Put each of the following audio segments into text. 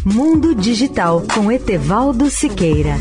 Mundo Digital com Etevaldo Siqueira.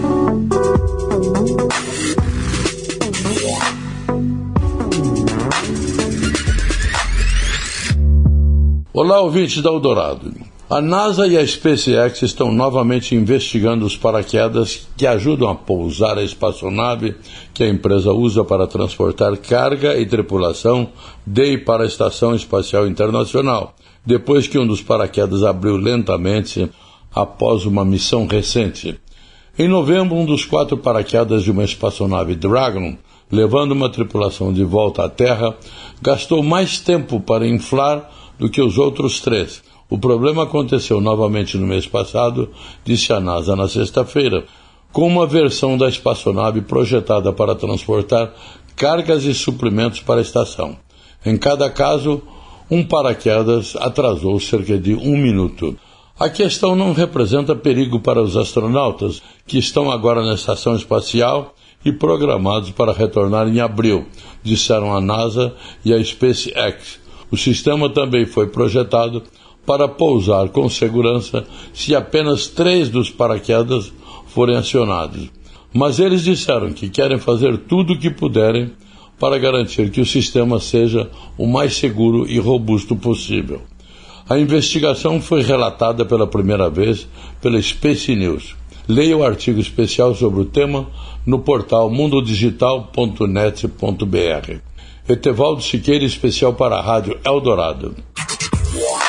Olá, ouvintes da Eldorado. A NASA e a SpaceX estão novamente investigando os paraquedas que ajudam a pousar a espaçonave que a empresa usa para transportar carga e tripulação de e para a Estação Espacial Internacional, depois que um dos paraquedas abriu lentamente após uma missão recente. Em novembro, um dos 4 paraquedas de uma espaçonave Dragon, levando uma tripulação de volta à Terra, gastou mais tempo para inflar do que os outros 3. O problema aconteceu novamente no mês passado, disse a NASA na sexta-feira, com uma versão da espaçonave projetada para transportar cargas e suprimentos para a estação. Em cada caso, um paraquedas atrasou cerca de 1 minuto. A questão não representa perigo para os astronautas, que estão agora na estação espacial e programados para retornar em abril, disseram a NASA e a SpaceX. O sistema também foi projetado para pousar com segurança se apenas 3 dos paraquedas forem acionados. Mas eles disseram que querem fazer tudo o que puderem para garantir que o sistema seja o mais seguro e robusto possível. A investigação foi relatada pela primeira vez pela Space News. Leia o artigo especial sobre o tema no portal mundodigital.net.br. Etevaldo Siqueira, especial para a Rádio Eldorado.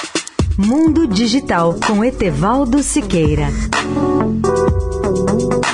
Mundo Digital com Etevaldo Siqueira.